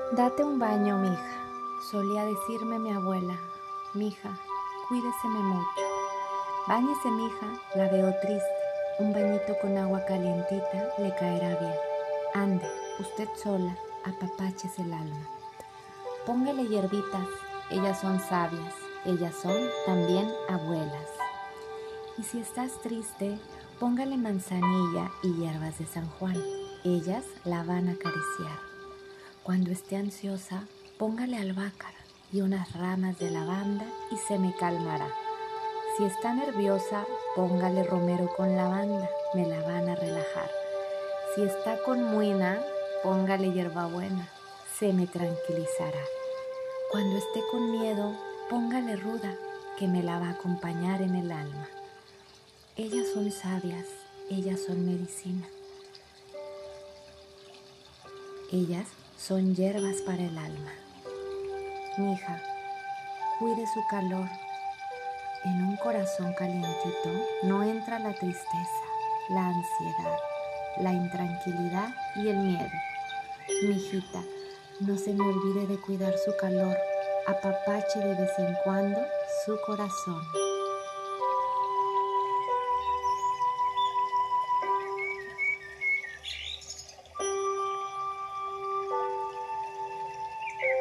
Date un baño, mija, solía decirme mi abuela. Mija, cuídeseme mucho. Báñese, mija, la veo triste. Un bañito con agua calientita le caerá bien. Ande, usted sola, apapáchese el alma. Póngale hierbitas, ellas son sabias, ellas son también abuelas. Y si estás triste, póngale manzanilla y hierbas de San Juan, ellas la van a acariciar. Cuando esté ansiosa, póngale albahaca y unas ramas de lavanda y se me calmará. Si está nerviosa, póngale romero con lavanda, me la van a relajar. Si está con muina, póngale hierbabuena, se me tranquilizará. Cuando esté con miedo, póngale ruda, que me la va a acompañar en el alma. Ellas son sabias, ellas son medicina. Ellas son hierbas para el alma. Mija, cuide su calor. En un corazón calientito no entra la tristeza, la ansiedad, la intranquilidad y el miedo. Mijita, no se me olvide de cuidar su calor, apapache de vez en cuando su corazón.